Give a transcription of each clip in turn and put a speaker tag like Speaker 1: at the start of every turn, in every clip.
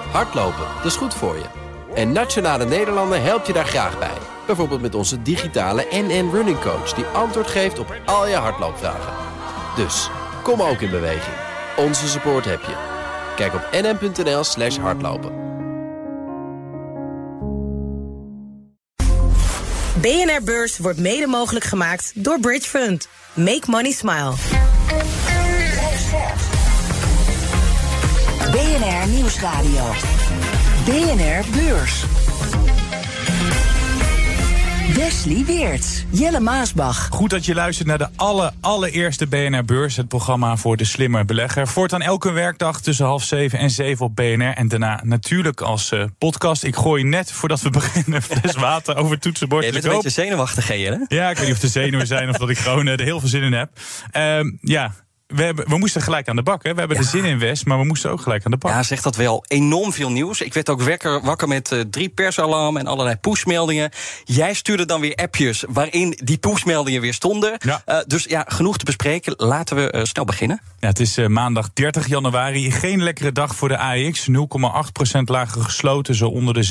Speaker 1: Hardlopen, dat is goed voor je. En Nationale Nederlanden helpt je daar graag bij. Bijvoorbeeld met onze digitale NN Running Coach... die antwoord geeft op al je hardloopvragen. Dus, kom ook in beweging. Onze support heb je. Kijk op nn.nl/hardlopen.
Speaker 2: BNR Beurs wordt mede mogelijk gemaakt door Bridge Fund. Make money smile.
Speaker 3: BNR Nieuwsradio. BNR Beurs. Wesley Weerts, Jelle Maasbach.
Speaker 4: Goed dat je luistert naar de allereerste BNR Beurs, het programma voor de slimme belegger. Voortaan elke werkdag tussen 6:30 en 7 op BNR. En daarna natuurlijk als podcast. Ik gooi net, voordat we beginnen, een fles water over het toetsenbord.
Speaker 5: Je bent een beetje zenuwachtig, Jelle?
Speaker 4: Ja, ik weet niet of de zenuwen zijn of dat ik gewoon er heel veel zin in heb. We moesten gelijk aan de bak. Hè. We hebben de zin in West, maar we moesten ook gelijk aan de bak.
Speaker 5: Ja, zegt dat wel. Enorm veel nieuws. Ik werd ook wakker met 3 persalarmen en allerlei pushmeldingen. Jij stuurde dan weer appjes waarin die pushmeldingen weer stonden. Ja. Dus genoeg te bespreken. Laten we snel beginnen.
Speaker 4: Ja, het is maandag 30 januari. Geen lekkere dag voor de AEX. 0,8% lager gesloten, zo onder de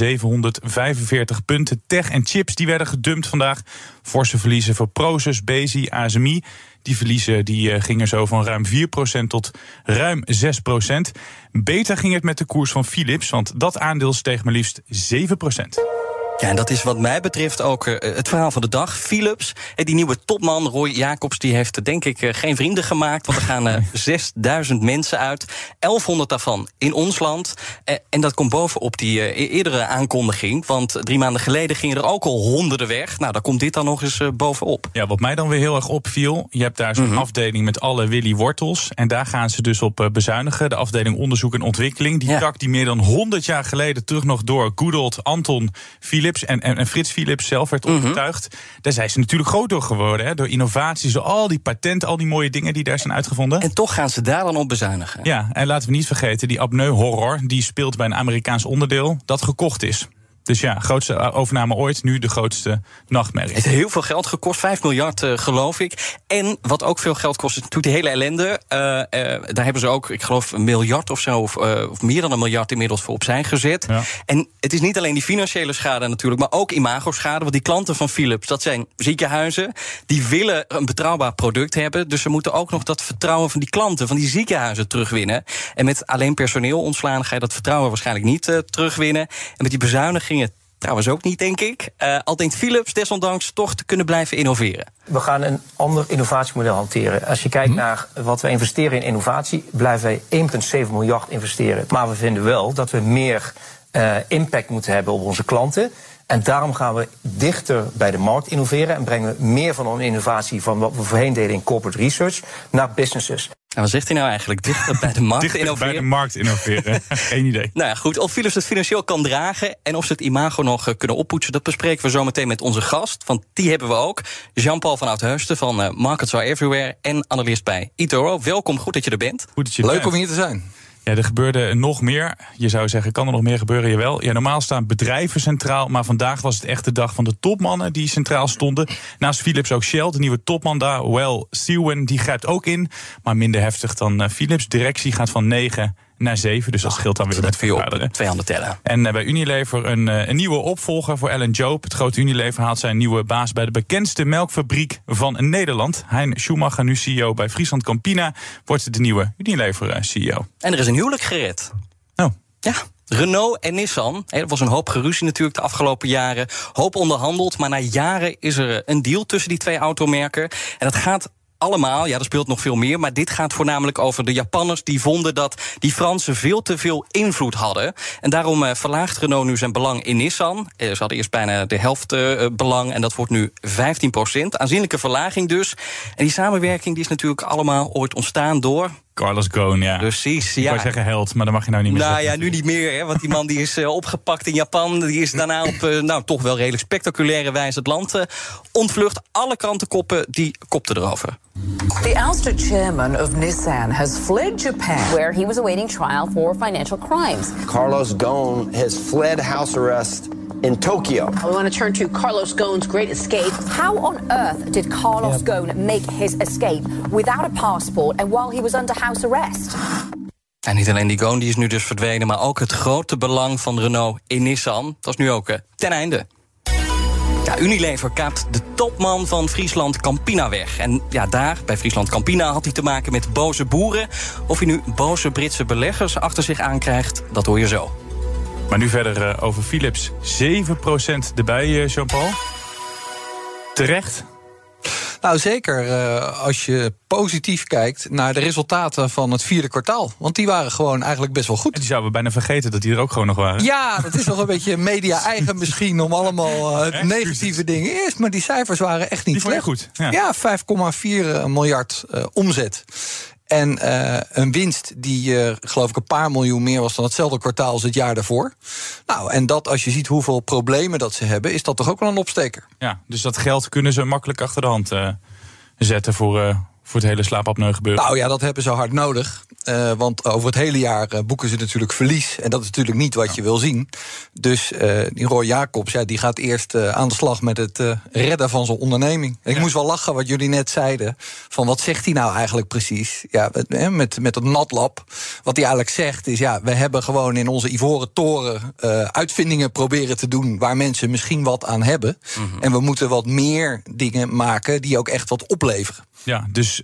Speaker 4: 745 punten. Tech en chips die werden gedumpt vandaag. Forse verliezen voor Prosus, Besi, ASMI. Die verliezen gingen zo van ruim 4% tot ruim 6%. Beter ging het met de koers van Philips, want dat aandeel steeg maar liefst 7%.
Speaker 5: Ja, en dat is wat mij betreft ook het verhaal van de dag. Philips, die nieuwe topman Roy Jacobs, die heeft denk ik geen vrienden gemaakt. Want er gaan 6000 mensen uit. 1100 daarvan in ons land. En dat komt bovenop die eerdere aankondiging. Want 3 maanden geleden gingen er ook al honderden weg. Nou, daar komt dit dan nog eens bovenop.
Speaker 4: Ja, wat mij dan weer heel erg opviel. Je hebt daar zo'n afdeling met alle Willy Wortels. En daar gaan ze dus op bezuinigen. De afdeling onderzoek en ontwikkeling. Die tak die meer dan 100 jaar geleden terug nog door good old Anton Philips en Frits Philips zelf werd opgetuigd. Daar zijn ze natuurlijk groot door geworden. Hè, door innovaties, door al die patenten, al die mooie dingen die daar zijn uitgevonden.
Speaker 5: En toch gaan ze daar dan op bezuinigen.
Speaker 4: Ja, en laten we niet vergeten, die apneu-horror, die speelt bij een Amerikaans onderdeel dat gekocht is. Dus ja, grootste overname ooit, nu de grootste nachtmerrie.
Speaker 5: Het heeft heel veel geld gekost, 5 miljard geloof ik. En wat ook veel geld kost, is natuurlijk de hele ellende. Daar hebben ze ook, ik geloof, 1 miljard of zo, of meer dan 1 miljard inmiddels voor opzij gezet. Ja. En het is niet alleen die financiële schade natuurlijk, maar ook imagoschade. Want die klanten van Philips, dat zijn ziekenhuizen, die willen een betrouwbaar product hebben. Dus ze moeten ook nog dat vertrouwen van die klanten, van die ziekenhuizen terugwinnen. En met alleen personeel ontslaan ga je dat vertrouwen waarschijnlijk niet terugwinnen. En met die bezuiniging trouwens ook niet, denk ik. Al denkt Philips desondanks toch te kunnen blijven innoveren.
Speaker 6: We gaan een ander innovatiemodel hanteren. Als je kijkt naar wat we investeren in innovatie, blijven wij 1,7 miljard investeren. Maar we vinden wel dat we meer impact moeten hebben op onze klanten. En daarom gaan we dichter bij de markt innoveren en brengen we meer van onze innovatie van wat we voorheen deden in corporate research naar businesses.
Speaker 5: En wat zegt hij nou eigenlijk? Dichter bij de markt
Speaker 4: dichter
Speaker 5: innoveren?
Speaker 4: Bij de markt innoveren. Geen idee.
Speaker 5: Nou ja, goed. Of Philips het financieel kan dragen en of ze het imago nog kunnen oppoetsen, dat bespreken we zo meteen met onze gast. Want die hebben we ook. Jean-Paul van Oudheusden van Markets Are Everywhere en analist bij eToro. Welkom, goed dat je er bent.
Speaker 4: Goed dat je
Speaker 7: Leuk om hier te zijn.
Speaker 4: Ja, er gebeurde nog meer. Je zou zeggen, kan er nog meer gebeuren? Jawel. Ja, normaal staan bedrijven centraal, maar vandaag was het echt de dag van de topmannen die centraal stonden. Naast Philips ook Shell, de nieuwe topman daar, Well Stewen, die grijpt ook in. Maar minder heftig dan Philips. Directie gaat van 9 naar 7, dus dat scheelt dan weer met vergaderen.
Speaker 5: 2 handen tellen.
Speaker 4: En bij Unilever een nieuwe opvolger voor Alan Jope. Het grote Unilever haalt zijn nieuwe baas bij de bekendste melkfabriek van Nederland. Hein Schumacher, nu CEO bij Friesland Campina, wordt de nieuwe Unilever CEO.
Speaker 5: En er is een huwelijk gered.
Speaker 4: Oh.
Speaker 5: Ja. Renault en Nissan. Er was een hoop geruzie natuurlijk de afgelopen jaren. Hoop onderhandeld, maar na jaren is er een deal tussen die 2 automerken. En dat gaat allemaal, ja, er speelt nog veel meer, maar dit gaat voornamelijk over de Japanners die vonden dat die Fransen veel te veel invloed hadden. En daarom verlaagt Renault nu zijn belang in Nissan. Ze hadden eerst bijna de helft belang en dat wordt nu 15%. Aanzienlijke verlaging dus. En die samenwerking die is natuurlijk allemaal ooit ontstaan door
Speaker 4: Carlos Ghosn, ja.
Speaker 5: Precies, ja.
Speaker 4: Ik wou zeggen held, maar dat mag je nou niet meer zeggen.
Speaker 5: Nou ja, nu niet meer, hè, want die man die is opgepakt in Japan. Die is daarna op toch wel redelijk spectaculaire wijze het land ontvlucht. Alle krantenkoppen die kopten erover.
Speaker 8: The ousted chairman of Nissan has fled Japan,
Speaker 9: where he was awaiting trial for financial crimes.
Speaker 10: Carlos Ghosn has fled house arrest in Tokyo.
Speaker 9: We want to turn to Carlos Ghosn's great escape.
Speaker 11: How on earth did Carlos Ghosn make his escape without a passport and while he was under house arrest?
Speaker 5: En niet alleen die Goon, die is nu dus verdwenen, maar ook het grote belang van Renault in Nissan. Dat is nu ook ten einde. Ja, Unilever kaapt de topman van Friesland Campina weg. En ja, daar, bij Friesland Campina, had hij te maken met boze boeren. Of hij nu boze Britse beleggers achter zich aankrijgt, dat hoor je zo.
Speaker 4: Maar nu verder over Philips. 7% erbij, Jean-Paul. Terecht?
Speaker 7: Nou, zeker als je positief kijkt naar de resultaten van het 4e kwartaal. Want die waren gewoon eigenlijk best wel goed.
Speaker 4: En die zouden we bijna vergeten dat die er ook gewoon nog waren.
Speaker 7: Ja, dat is nog een beetje media-eigen misschien om allemaal negatieve dingen eerst. Maar die cijfers waren echt niet slecht.
Speaker 4: Goed.
Speaker 7: Ja, 5,4 miljard omzet. En een winst die, geloof ik, een paar miljoen meer was dan hetzelfde kwartaal als het jaar daarvoor. Nou, en dat als je ziet hoeveel problemen dat ze hebben, is dat toch ook wel een opsteker.
Speaker 4: Ja, dus dat geld kunnen ze makkelijk achter de hand zetten voor het hele slaapapneu gebeuren.
Speaker 7: Nou ja, dat hebben ze hard nodig. Want over het hele jaar boeken ze natuurlijk verlies. En dat is natuurlijk niet wat je wil zien. Dus die Roy Jacobs, die gaat eerst aan de slag met het redden van zijn onderneming. En ik moest wel lachen wat jullie net zeiden. Van wat zegt hij nou eigenlijk precies? Ja, met het NatLab. Wat hij eigenlijk zegt is, we hebben gewoon in onze Ivoren Toren uitvindingen proberen te doen waar mensen misschien wat aan hebben. Mm-hmm. En we moeten wat meer dingen maken die ook echt wat opleveren.
Speaker 4: Ja, dus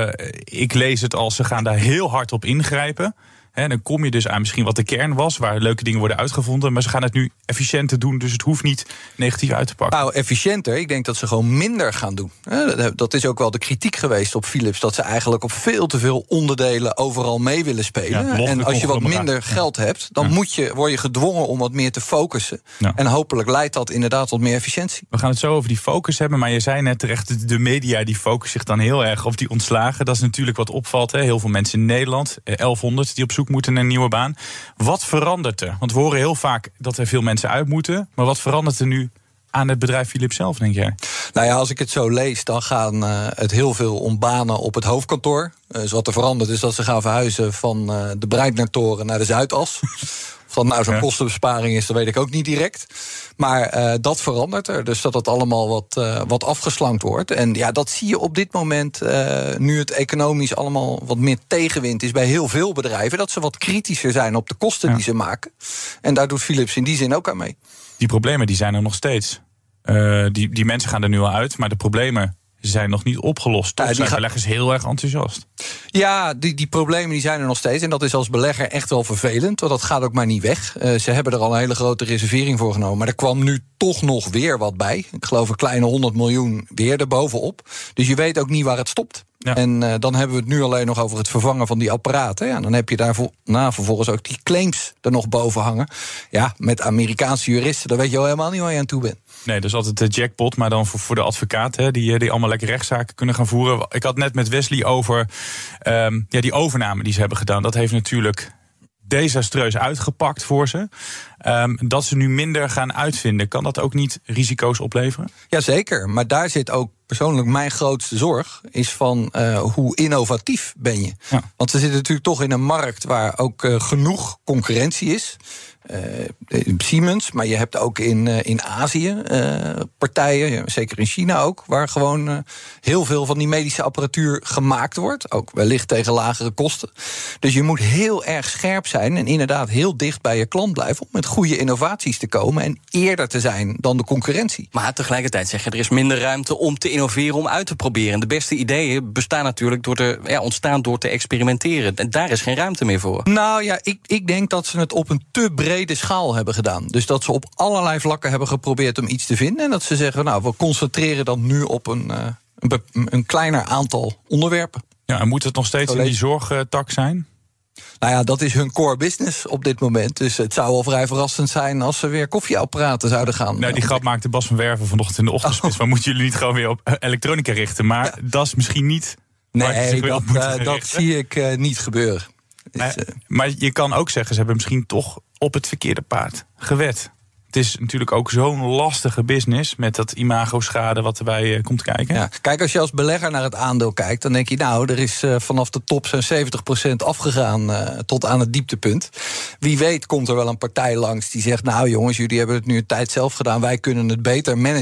Speaker 4: ik lees het als ze gaan daar heel hard op ingrijpen. He, dan kom je dus aan misschien wat de kern was, waar leuke dingen worden uitgevonden. Maar ze gaan het nu efficiënter doen, dus het hoeft niet negatief uit te pakken.
Speaker 7: Nou, efficiënter, ik denk dat ze gewoon minder gaan doen. Dat is ook wel de kritiek geweest op Philips, dat ze eigenlijk op veel te veel onderdelen overal mee willen spelen. Ja, en als je wat minder geld hebt, dan word je gedwongen om wat meer te focussen. Ja. En hopelijk leidt dat inderdaad tot meer efficiëntie.
Speaker 4: We gaan het zo over die focus hebben, maar je zei net terecht, de media die focussen zich dan heel erg op die ontslagen. Dat is natuurlijk wat opvalt. Heel veel mensen in Nederland, 1100 die op zoek moeten naar een nieuwe baan. Wat verandert er? Want we horen heel vaak dat er veel mensen uit moeten. Maar wat verandert er nu aan het bedrijf Philips zelf, denk jij?
Speaker 7: Nou ja, als ik het zo lees, dan gaan het heel veel om banen op het hoofdkantoor. Dus wat er verandert is dat ze gaan verhuizen van de Breitnertoren naar de Zuidas. Of dat nou zo'n kostenbesparing is, dat weet ik ook niet direct. Maar dat verandert er. Dus dat het allemaal wat afgeslankt wordt. En ja, dat zie je op dit moment, nu het economisch allemaal wat meer tegenwind is bij heel veel bedrijven, dat ze wat kritischer zijn op de kosten die ze maken. En daar doet Philips in die zin ook aan mee.
Speaker 4: Die problemen die zijn er nog steeds. Die mensen gaan er nu al uit, maar de problemen zijn nog niet opgelost. Toch zijn beleggers heel erg enthousiast.
Speaker 7: Ja, die problemen die zijn er nog steeds. En dat is als belegger echt wel vervelend. Want dat gaat ook maar niet weg. Ze hebben er al een hele grote reservering voor genomen. Maar er kwam nu toch nog weer wat bij. Ik geloof een kleine 100 miljoen weer erbovenop. Dus je weet ook niet waar het stopt. Ja. En dan hebben we het nu alleen nog over het vervangen van die apparaten. Ja, dan heb je daarna vervolgens ook die claims er nog boven hangen. Ja, met Amerikaanse juristen, dan weet je al helemaal niet waar je aan toe bent.
Speaker 4: Nee, dus altijd de jackpot, maar dan voor de advocaten die allemaal lekker rechtszaken kunnen gaan voeren. Ik had net met Wesley over die overname die ze hebben gedaan. Dat heeft natuurlijk desastreus uitgepakt voor ze. Dat ze nu minder gaan uitvinden, kan dat ook niet risico's opleveren?
Speaker 7: Jazeker, maar daar zit ook persoonlijk mijn grootste zorg, is van hoe innovatief ben je. Ja. Want we zitten natuurlijk toch in een markt waar ook genoeg concurrentie is. Siemens, maar je hebt ook in Azië partijen, zeker in China ook, waar gewoon heel veel van die medische apparatuur gemaakt wordt. Ook wellicht tegen lagere kosten. Dus je moet heel erg scherp zijn en inderdaad heel dicht bij je klant blijven om met goede innovaties te komen en eerder te zijn dan de concurrentie.
Speaker 5: Maar tegelijkertijd zeg je, er is minder ruimte om te innoveren, om uit te proberen. De beste ideeën bestaan natuurlijk ontstaan door te experimenteren. En daar is geen ruimte meer voor.
Speaker 7: Nou ja, ik denk dat ze het op een te brede schaal hebben gedaan. Dus dat ze op allerlei vlakken hebben geprobeerd om iets te vinden. En dat ze zeggen, nou, we concentreren dan nu op een kleiner aantal onderwerpen.
Speaker 4: Ja, en moet het nog steeds in die zorgtak zijn?
Speaker 7: Nou ja, dat is hun core business op dit moment. Dus het zou wel vrij verrassend zijn als ze weer koffieapparaten zouden gaan.
Speaker 4: Nou, die grap maakte Bas van Werven vanochtend in de ochtendspits. Maar moeten jullie niet gewoon weer op elektronica richten? Maar dat is misschien niet.
Speaker 7: Nee, dat zie ik niet gebeuren.
Speaker 4: Maar je kan ook zeggen, ze hebben misschien toch op het verkeerde paard gewed. Het is natuurlijk ook zo'n lastige business met dat imago-schade wat erbij komt kijken.
Speaker 7: Ja, kijk, als je als belegger naar het aandeel kijkt, dan denk je, nou, er is vanaf de top zo'n 70% afgegaan tot aan het dieptepunt. Wie weet komt er wel een partij langs die zegt, nou jongens, jullie hebben het nu een tijd zelf gedaan, wij kunnen het beter managen.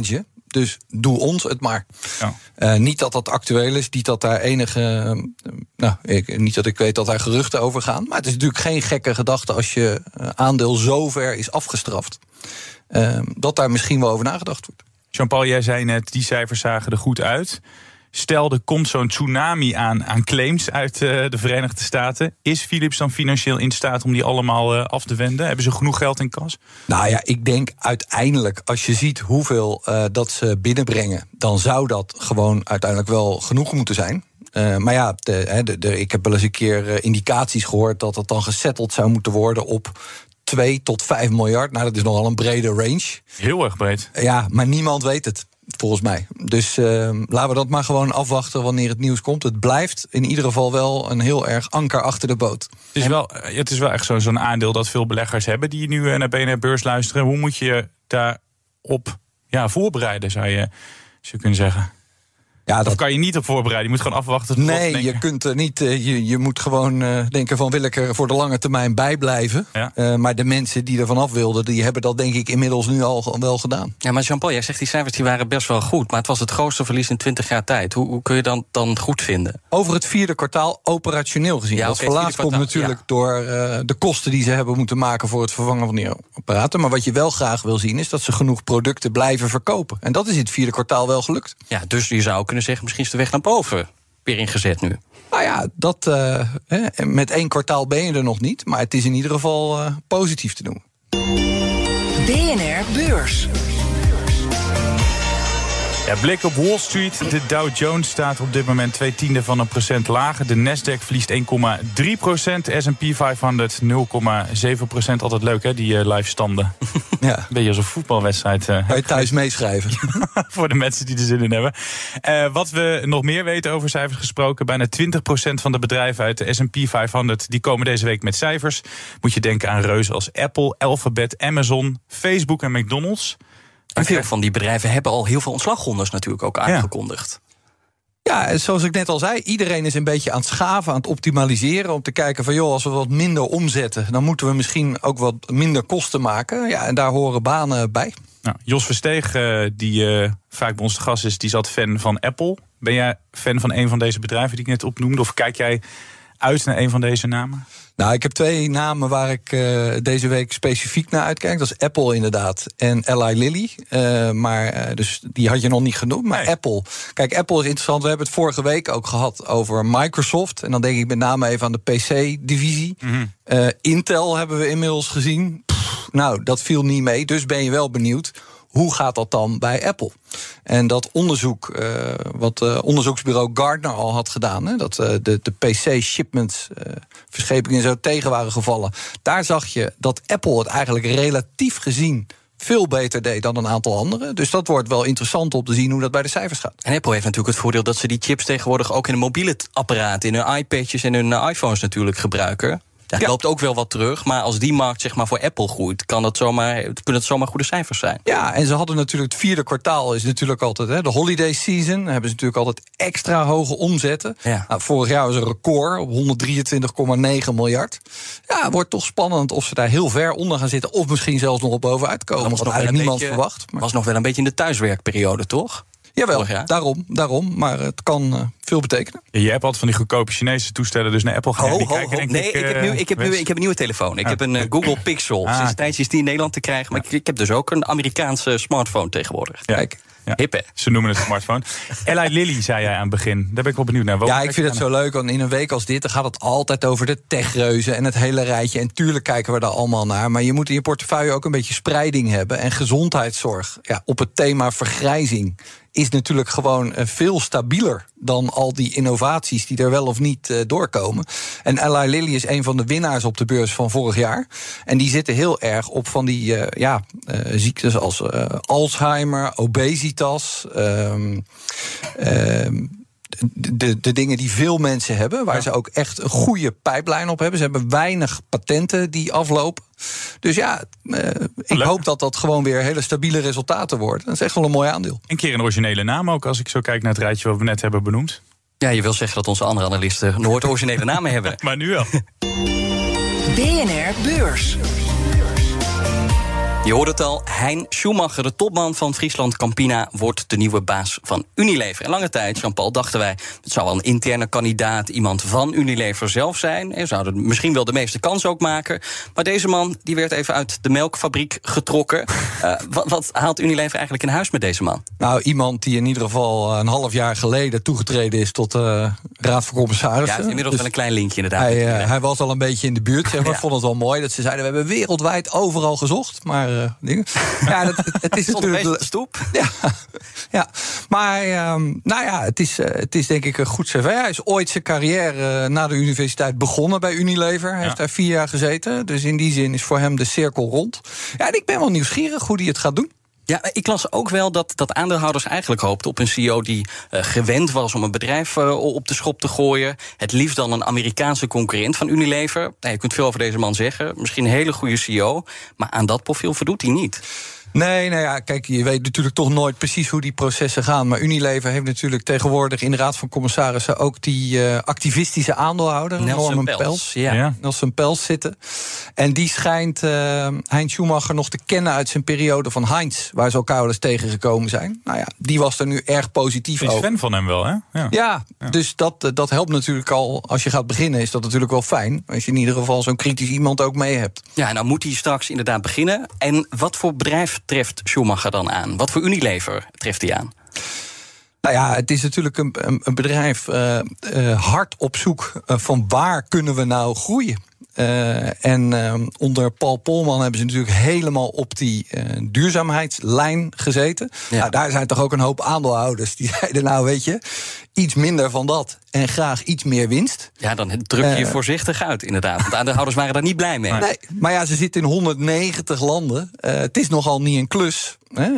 Speaker 7: Dus doe ons het maar. Ja. Niet dat dat actueel is, niet dat daar niet dat ik weet dat daar geruchten over gaan. Maar het is natuurlijk geen gekke gedachte als je aandeel zo ver is afgestraft. Dat daar misschien wel over nagedacht wordt.
Speaker 4: Jean-Paul, jij zei net, die cijfers zagen er goed uit. Stel, er komt zo'n tsunami aan claims uit de Verenigde Staten. Is Philips dan financieel in staat om die allemaal af te wenden? Hebben ze genoeg geld in kas?
Speaker 7: Nou ja, ik denk uiteindelijk, als je ziet hoeveel dat ze binnenbrengen, dan zou dat gewoon uiteindelijk wel genoeg moeten zijn. Maar ja, ik heb wel eens een keer indicaties gehoord dat het dan gesetteld zou moeten worden op 2 tot 5 miljard. Nou, dat is nogal een brede range.
Speaker 4: Heel erg breed.
Speaker 7: Ja, maar niemand weet het. Volgens mij. Dus laten we dat maar gewoon afwachten wanneer het nieuws komt. Het blijft in ieder geval wel een heel erg anker achter de boot.
Speaker 4: Het is wel echt zo'n aandeel dat veel beleggers hebben die nu naar BNR Beurs luisteren. Hoe moet je daarop voorbereiden, zou je kunnen zeggen? Ja, dat kan je niet op voorbereiden. Je moet gewoon afwachten.
Speaker 7: Nee, je kunt niet. Je moet gewoon denken van, wil ik er voor de lange termijn bij blijven? Ja. Maar de mensen die er vanaf wilden, die hebben dat denk ik inmiddels nu al wel gedaan.
Speaker 5: Ja, maar Jean-Paul, jij zegt die cijfers die waren best wel goed, maar het was het grootste verlies in 20 jaar tijd. Hoe kun je dan goed vinden?
Speaker 7: Over het 4e kwartaal operationeel gezien. Dat verlaat komt natuurlijk door de kosten die ze hebben moeten maken voor het vervangen van die apparaten. Maar wat je wel graag wil zien is dat ze genoeg producten blijven verkopen. En dat is in het 4e kwartaal wel gelukt.
Speaker 5: Ja, dus je zou kunnen zeggen, misschien is de weg naar boven weer ingezet nu.
Speaker 7: Nou ja, met 1 kwartaal ben je er nog niet, maar het is in ieder geval positief te noemen.
Speaker 3: BNR Beurs.
Speaker 4: Ja, blik op Wall Street. De Dow Jones staat op dit moment 0,2% lager. De Nasdaq verliest 1,3%. S&P 500 0,7%. Altijd leuk, hè, die live standen. Ja. Een beetje als een voetbalwedstrijd.
Speaker 7: Kan je thuis meeschrijven.
Speaker 4: Voor de mensen die er zin in hebben. Wat we nog meer weten over cijfers gesproken. Bijna 20% van de bedrijven uit de S&P 500... die komen deze week met cijfers. Moet je denken aan reuzen als Apple, Alphabet, Amazon, Facebook en McDonald's.
Speaker 5: En veel van die bedrijven hebben al heel veel ontslagrondes natuurlijk ook aangekondigd.
Speaker 7: Ja, zoals ik net al zei, iedereen is een beetje aan het schaven, aan het optimaliseren, om te kijken van, als we wat minder omzetten, dan moeten we misschien ook wat minder kosten maken. Ja, en daar horen banen bij.
Speaker 4: Nou, Jos Versteeg, die vaak bij ons te gast is, die zat fan van Apple. Ben jij fan van een van deze bedrijven die ik net opnoemde? Of kijk jij uit naar een van deze namen?
Speaker 7: Nou, ik heb 2 namen waar ik deze week specifiek naar uitkijk. Dat is Apple inderdaad en Eli Lilly. Dus die had je nog niet genoemd. Maar nee. Apple. Kijk, Apple is interessant. We hebben het vorige week ook gehad over Microsoft. En dan denk ik met name even aan de PC-divisie. Mm-hmm. Intel hebben we inmiddels gezien. Nou, dat viel niet mee. Dus ben je wel benieuwd. Hoe gaat dat dan bij Apple? En dat onderzoek, wat onderzoeksbureau Gartner al had gedaan, hè, dat de PC-shipments, verschepingen zo tegen waren gevallen, daar zag je dat Apple het eigenlijk relatief gezien veel beter deed dan een aantal anderen. Dus dat wordt wel interessant om te zien hoe dat bij de cijfers gaat.
Speaker 5: En Apple heeft natuurlijk het voordeel dat ze die chips tegenwoordig ook in een mobiele apparaten, in hun iPadjes en hun iPhones natuurlijk gebruiken. Dat loopt ook wel wat terug, maar als die markt zeg maar voor Apple groeit, kunnen het zomaar goede cijfers zijn.
Speaker 7: Ja, en ze hadden natuurlijk het 4e kwartaal is natuurlijk altijd de holiday season. Daar hebben ze natuurlijk altijd extra hoge omzetten. Ja. Nou, vorig jaar was een record op 123,9 miljard. Ja, wordt toch spannend of ze daar heel ver onder gaan zitten, of misschien zelfs nog op bovenuit komen. Dat was eigenlijk niemand verwacht.
Speaker 5: Maar was nog wel een beetje in de thuiswerkperiode, toch?
Speaker 7: Jawel, daarom. Maar het kan veel betekenen.
Speaker 4: Ja, je hebt altijd van die goedkope Chinese toestellen dus naar Apple gaan kijken.
Speaker 5: Nee, ik heb een nieuwe telefoon. Ik heb een Google Pixel. Sinds een tijdje is die in Nederland te krijgen. Maar ik heb dus ook een Amerikaanse smartphone tegenwoordig.
Speaker 7: Ja. Kijk.
Speaker 4: Ja. Hippe. Ze noemen het smartphone. Eli Lilly, zei jij aan het begin. Daar ben ik wel benieuwd naar.
Speaker 7: Ja, ik vind het zo leuk. Want in een week als dit, dan gaat het altijd over de techreuzen en het hele rijtje. En tuurlijk kijken we daar allemaal naar. Maar je moet in je portefeuille ook een beetje spreiding hebben. En gezondheidszorg. Ja, op het thema vergrijzing is natuurlijk gewoon veel stabieler dan al die innovaties die er wel of niet doorkomen. En Eli Lilly is een van de winnaars op de beurs van vorig jaar. En die zitten heel erg op van die ziektes als Alzheimer, obesitas, de dingen die veel mensen hebben, waar ze ook echt een goede pijplijn op hebben. Ze hebben weinig patenten die aflopen. Dus ja, ik hoop dat dat gewoon weer hele stabiele resultaten wordt. Dat is echt wel een mooi aandeel.
Speaker 4: Een keer een originele naam ook, als ik zo kijk naar het rijtje wat we net hebben benoemd.
Speaker 5: Ja, je wil zeggen dat onze andere analisten nooit originele namen hebben.
Speaker 4: Maar nu wel.
Speaker 3: BNR Beurs.
Speaker 5: Je hoort het al, Hein Schumacher, de topman van Friesland Campina, wordt de nieuwe baas van Unilever. En lange tijd, Jean-Paul, dachten wij, het zou wel een interne kandidaat, iemand van Unilever zelf zijn. En zouden misschien wel de meeste kans ook maken. Maar deze man, die werd even uit de melkfabriek getrokken. Wat haalt Unilever eigenlijk in huis met deze man?
Speaker 7: Nou, iemand die in ieder geval een half jaar geleden toegetreden is tot Raad van Commissarissen.
Speaker 5: Ja, inmiddels wel een klein linkje inderdaad.
Speaker 7: Hij was al een beetje in de buurt, zeg maar. Ik vond het wel mooi dat ze zeiden, we hebben wereldwijd overal gezocht. Maar dingen. Ja, het is natuurlijk
Speaker 5: op de stoep.
Speaker 7: Ja. Maar het is denk ik een goed cv. Hij is ooit zijn carrière na de universiteit begonnen bij Unilever. Hij heeft daar 4 jaar gezeten. Dus in die zin is voor hem de cirkel rond. Ja, en ik ben wel nieuwsgierig hoe hij het gaat doen.
Speaker 5: Ja, ik las ook wel dat aandeelhouders eigenlijk hoopten op een CEO die gewend was om een bedrijf op de schop te gooien. Het liefst dan een Amerikaanse concurrent van Unilever. Nou, je kunt veel over deze man zeggen. Misschien een hele goede CEO, maar aan dat profiel voldoet hij niet.
Speaker 7: Nee, nou ja, kijk, je weet natuurlijk toch nooit precies hoe die processen gaan. Maar Unilever heeft natuurlijk tegenwoordig in de Raad van Commissarissen ook die activistische aandeelhouder,
Speaker 5: Nelson Peltz.
Speaker 7: Nelson Peltz zitten. En die schijnt Hein Schumacher nog te kennen uit zijn periode van Heinz, waar ze elkaar wel eens tegengekomen zijn. Nou ja, die was er nu erg positief over.
Speaker 4: Is fan van hem wel, hè?
Speaker 7: Ja. Dus dat helpt natuurlijk al. Als je gaat beginnen is dat natuurlijk wel fijn. Als je in ieder geval zo'n kritisch iemand ook mee hebt.
Speaker 5: Ja, nou moet hij straks inderdaad beginnen. En wat voor bedrijf treft Schumacher dan aan? Wat voor Unilever treft hij aan?
Speaker 7: Nou ja, het is natuurlijk een bedrijf hard op zoek van waar kunnen we nou groeien. Onder Paul Polman hebben ze natuurlijk helemaal op die duurzaamheidslijn gezeten. Ja. Nou, daar zijn toch ook een hoop aandeelhouders die zeiden, nou weet je, iets minder van dat en graag iets meer winst.
Speaker 5: Ja, dan druk je voorzichtig uit, inderdaad. Want aandeelhouders waren daar niet blij mee.
Speaker 7: Nee, maar ja, ze zitten in 190 landen. Het is nogal niet een klus.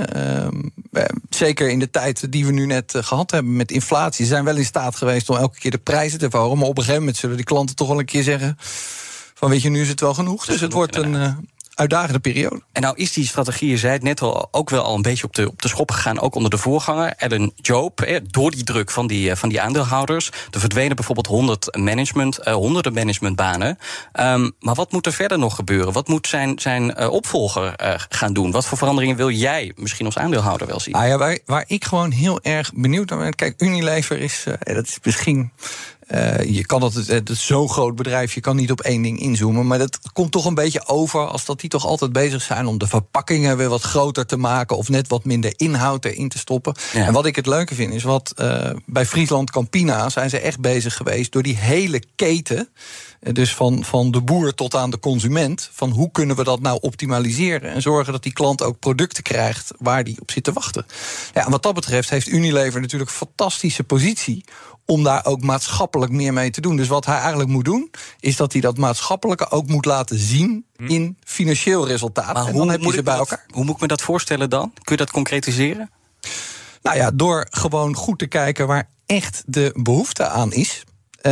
Speaker 7: Zeker in de tijd die we nu net gehad hebben met inflatie. Ze zijn wel in staat geweest om elke keer de prijzen te verhogen. Maar op een gegeven moment zullen die klanten toch wel een keer zeggen van weet je, nu is het wel genoeg. Dus het wordt een uitdagende periode.
Speaker 5: En nou is die strategie, je zei het net al, ook wel al een beetje op de schop gegaan, ook onder de voorganger, Alan Jope, door die druk van die aandeelhouders. Er verdwenen bijvoorbeeld honderden managementbanen. Maar wat moet er verder nog gebeuren? Wat moet zijn opvolger gaan doen? Wat voor veranderingen wil jij misschien als aandeelhouder wel zien?
Speaker 7: Ah ja, waar ik gewoon heel erg benieuwd naar ben. Kijk, Unilever is, dat is misschien je kan het is zo'n groot bedrijf, je kan niet op één ding inzoomen. Maar dat komt toch een beetje over als dat die toch altijd bezig zijn om de verpakkingen weer wat groter te maken of net wat minder inhoud erin te stoppen. Ja. En wat ik het leuke vind is bij Friesland Campina zijn ze echt bezig geweest door die hele keten. Dus van de boer tot aan de consument. Van hoe kunnen we dat nou optimaliseren en zorgen dat die klant ook producten krijgt waar die op zit te wachten. Ja, en wat dat betreft heeft Unilever natuurlijk een fantastische positie om daar ook maatschappelijk meer mee te doen. Dus wat hij eigenlijk moet doen, is dat hij dat maatschappelijke ook moet laten zien in financieel resultaat.
Speaker 5: Maar
Speaker 7: en dan heb je ze bij elkaar.
Speaker 5: Hoe moet ik me dat voorstellen dan? Kun je dat concretiseren?
Speaker 7: Nou ja, door gewoon goed te kijken waar echt de behoefte aan is.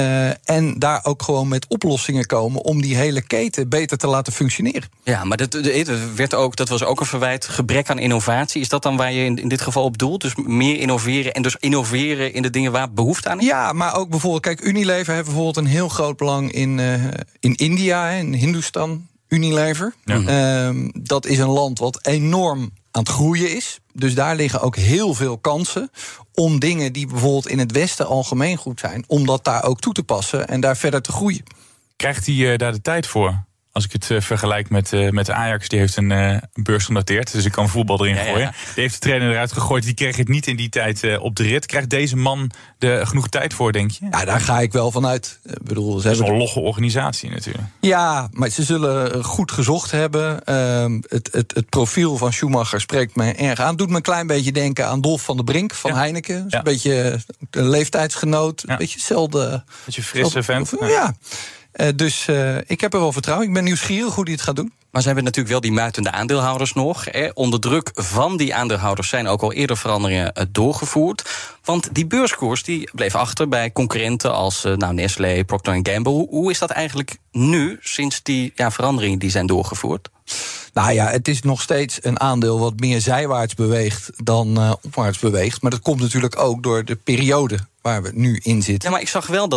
Speaker 7: En daar ook gewoon met oplossingen komen om die hele keten beter te laten functioneren.
Speaker 5: Ja, maar dat was ook een verwijt, gebrek aan innovatie. Is dat dan waar je in dit geval op doelt? Dus meer innoveren en dus innoveren in de dingen waar behoefte aan is?
Speaker 7: Ja, maar ook bijvoorbeeld, kijk, Unilever heeft bijvoorbeeld een heel groot belang in India, in Hindustan, Unilever. Ja. Dat is een land wat enorm aan het groeien is. Dus daar liggen ook heel veel kansen om dingen die bijvoorbeeld in het Westen algemeen goed zijn, om dat daar ook toe te passen en daar verder te groeien.
Speaker 4: Krijgt hij daar de tijd voor? Als ik het vergelijk met Ajax, die heeft een beurs genoteerd, dus ik kan voetbal erin gooien. Ja. Die heeft de trainer eruit gegooid, die kreeg het niet in die tijd op de rit. Krijgt deze man er genoeg tijd voor, denk je?
Speaker 7: Ja, daar ga ik wel van uit.
Speaker 4: Dat is een logge organisatie natuurlijk.
Speaker 7: Ja, maar ze zullen goed gezocht hebben. Het profiel van Schumacher spreekt me erg aan. Doet me een klein beetje denken aan Dolf van der Brink van Heineken. Dus een beetje een leeftijdsgenoot. Een beetje hetzelfde.
Speaker 4: Beetje frisse vent.
Speaker 7: Ja. Dus ik heb er wel vertrouwen. Ik ben nieuwsgierig hoe hij het gaat doen.
Speaker 5: Maar ze hebben natuurlijk wel die muitende aandeelhouders nog. Onder druk van die aandeelhouders zijn ook al eerder veranderingen doorgevoerd. Want die beurskoers die bleef achter bij concurrenten als Nestlé, Procter & Gamble. Hoe is dat eigenlijk nu, sinds die veranderingen die zijn doorgevoerd?
Speaker 7: Nou ja, het is nog steeds een aandeel wat meer zijwaarts beweegt dan opwaarts beweegt. Maar dat komt natuurlijk ook door de periode waar we nu in zitten.
Speaker 5: Ja, maar ik zag wel dat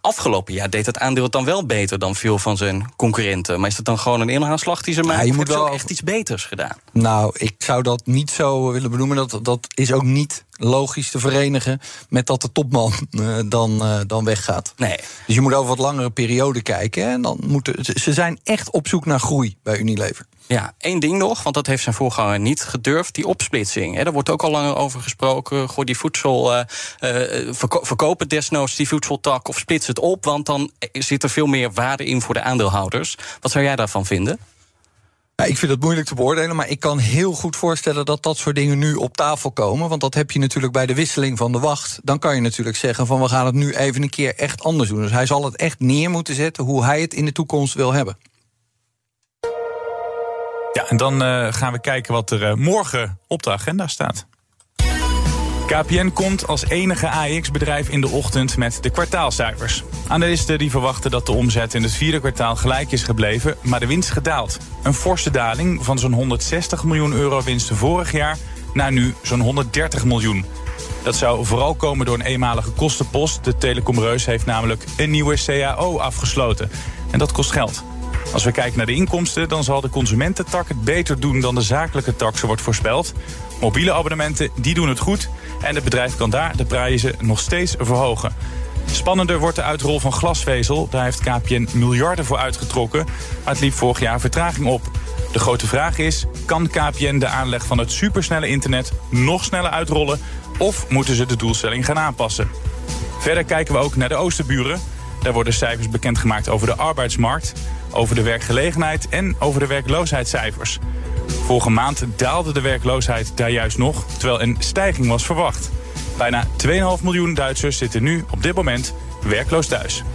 Speaker 5: Afgelopen jaar deed het aandeel het dan wel beter dan veel van zijn concurrenten. Maar is dat dan gewoon een inhaalslag die ze maken? Je moet wel ook echt iets beters gedaan.
Speaker 7: Nou, ik zou dat niet zo willen benoemen. Dat is ook niet logisch te verenigen met dat de topman dan weggaat.
Speaker 5: Nee.
Speaker 7: Dus je moet over wat langere periode kijken. En dan ze zijn echt op zoek naar groei bij Unilever.
Speaker 5: Ja, 1 ding nog, want dat heeft zijn voorganger niet gedurfd. Die opsplitsing, daar wordt ook al langer over gesproken. Gooi die voedsel, verkopen desnoods die voedseltak of splits het op, want dan zit er veel meer waarde in voor de aandeelhouders. Wat zou jij daarvan vinden?
Speaker 7: Ja, ik vind het moeilijk te beoordelen, maar ik kan heel goed voorstellen dat soort dingen nu op tafel komen. Want dat heb je natuurlijk bij de wisseling van de wacht. Dan kan je natuurlijk zeggen van we gaan het nu even een keer echt anders doen. Dus hij zal het echt neer moeten zetten hoe hij het in de toekomst wil hebben.
Speaker 4: Ja, en dan gaan we kijken wat er morgen op de agenda staat. KPN komt als enige AEX-bedrijf in de ochtend met de kwartaalcijfers. Analisten die verwachten dat de omzet in het 4e kwartaal gelijk is gebleven, maar de winst gedaald. Een forse daling van zo'n 160 miljoen euro winst vorig jaar naar nu zo'n 130 miljoen. Dat zou vooral komen door een eenmalige kostenpost. De telecomreus heeft namelijk een nieuwe CAO afgesloten. En dat kost geld. Als we kijken naar de inkomsten, dan zal de consumententak het beter doen dan de zakelijke tak, zo wordt voorspeld. Mobiele abonnementen, die doen het goed. En het bedrijf kan daar de prijzen nog steeds verhogen. Spannender wordt de uitrol van glasvezel. Daar heeft KPN miljarden voor uitgetrokken. Maar het liep vorig jaar vertraging op. De grote vraag is, kan KPN de aanleg van het supersnelle internet nog sneller uitrollen? Of moeten ze de doelstelling gaan aanpassen? Verder kijken we ook naar de oosterburen. Daar worden cijfers bekendgemaakt over de arbeidsmarkt, over de werkgelegenheid en over de werkloosheidscijfers. Vorige maand daalde de werkloosheid daar juist nog, terwijl een stijging was verwacht. Bijna 2,5 miljoen Duitsers zitten nu op dit moment werkloos thuis.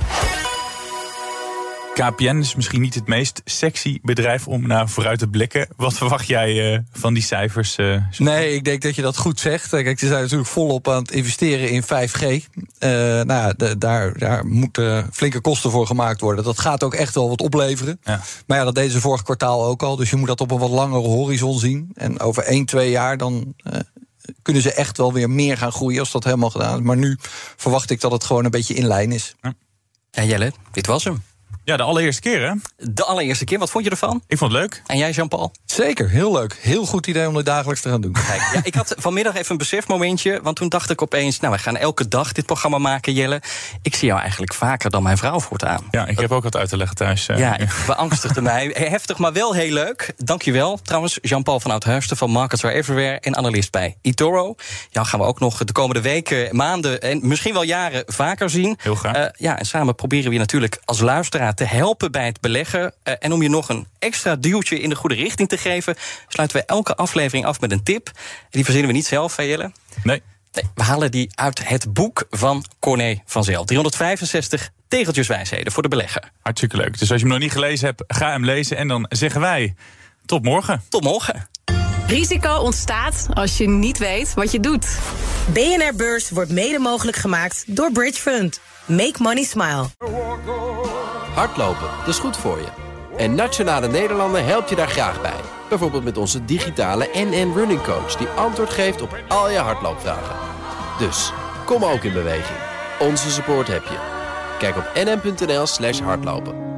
Speaker 4: KPN is misschien niet het meest sexy bedrijf om naar vooruit te blikken. Wat verwacht jij van die cijfers?
Speaker 7: Nee, ik denk dat je dat goed zegt. Kijk, ze zijn natuurlijk volop aan het investeren in 5G. Daar moeten flinke kosten voor gemaakt worden. Dat gaat ook echt wel wat opleveren. Ja. Maar ja, dat deden ze vorig kwartaal ook al. Dus je moet dat op een wat langere horizon zien. En over 1-2 jaar dan kunnen ze echt wel weer meer gaan groeien als dat helemaal gedaan is. Maar nu verwacht ik dat het gewoon een beetje in lijn is.
Speaker 5: Ja, Jelle, dit was hem.
Speaker 4: Ja, de allereerste keer, hè?
Speaker 5: De allereerste keer. Wat vond je ervan?
Speaker 4: Ik vond het leuk.
Speaker 5: En jij, Jean-Paul?
Speaker 7: Zeker, heel leuk. Heel goed idee om dit dagelijks te gaan doen.
Speaker 5: Kijk, ja, ik had vanmiddag even een besefmomentje. Want toen dacht ik opeens, wij gaan elke dag dit programma maken, Jelle. Ik zie jou eigenlijk vaker dan mijn vrouw voortaan.
Speaker 4: Ja, ik heb ook wat uit te leggen thuis.
Speaker 5: Ja, ik beangstigde mij. Heftig, maar wel heel leuk. Dankjewel. Trouwens, Jean-Paul van Oudhuizen van Markets Are Everywhere en analist bij eToro. Ja, gaan we ook nog de komende weken, maanden en misschien wel jaren vaker zien.
Speaker 4: Heel graag.
Speaker 5: En samen proberen we je natuurlijk als luisteraar te helpen bij het beleggen. En om je nog een extra duwtje in de goede richting te geven, sluiten we elke aflevering af met een tip. Die verzinnen we niet zelf, Jelle?
Speaker 4: Nee.
Speaker 5: We halen die uit het boek van Corné van Zijl. 365 tegeltjeswijsheden voor de belegger.
Speaker 4: Hartstikke leuk. Dus als je hem nog niet gelezen hebt, ga hem lezen. En dan zeggen wij tot morgen.
Speaker 5: Tot morgen.
Speaker 12: Risico ontstaat als je niet weet wat je doet.
Speaker 2: BNR Beurs wordt mede mogelijk gemaakt door Bridge Fund. Make money smile.
Speaker 1: Hardlopen, dat is goed voor je. En Nationale Nederlanden helpt je daar graag bij. Bijvoorbeeld met onze digitale NN Running Coach, die antwoord geeft op al je hardloopvragen. Dus, kom ook in beweging. Onze support heb je. Kijk op nn.nl/hardlopen.